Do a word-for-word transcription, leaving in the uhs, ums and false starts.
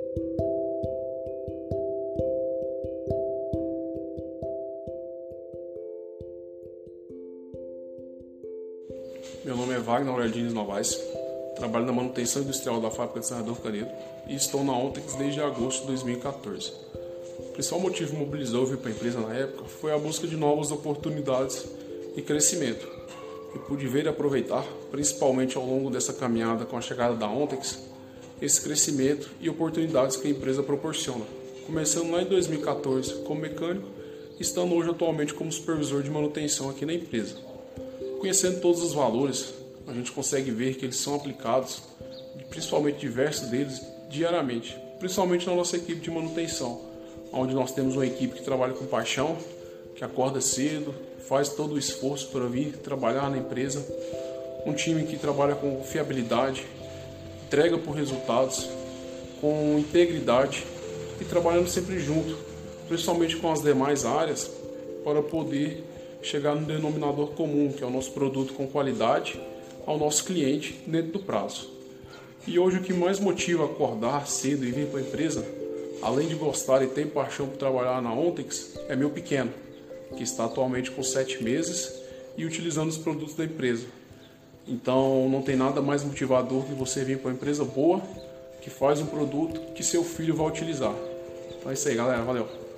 Meu nome é Wagner Aureliano Novaes, trabalho na manutenção industrial da fábrica de Senador Canedo e estou na Ontex desde agosto de dois mil e quatorze. O principal motivo que mobilizou eu vir para a empresa na época foi a busca de novas oportunidades e crescimento. E pude ver e aproveitar, principalmente ao longo dessa caminhada com a chegada da Ontex, esse crescimento e oportunidades que a empresa proporciona, começando lá em dois mil e quatorze como mecânico e estando hoje atualmente como supervisor de manutenção aqui na empresa. Conhecendo todos os valores, a gente consegue ver que eles são aplicados, principalmente diversos deles, diariamente, principalmente na nossa equipe de manutenção, onde nós temos uma equipe que trabalha com paixão, que acorda cedo, faz todo o esforço para vir trabalhar na empresa, um time que trabalha com fiabilidade, entrega por resultados, com integridade e trabalhando sempre junto, principalmente com as demais áreas, para poder chegar no denominador comum, que é o nosso produto com qualidade, ao nosso cliente dentro do prazo. E hoje o que mais motiva a acordar cedo e vir para a empresa, além de gostar e ter paixão por trabalhar na Ontex, é meu pequeno, que está atualmente com sete meses e utilizando os produtos da empresa. Então não tem nada mais motivador que você vir para uma empresa boa, que faz um produto que seu filho vai utilizar. Então é isso aí, galera. Valeu!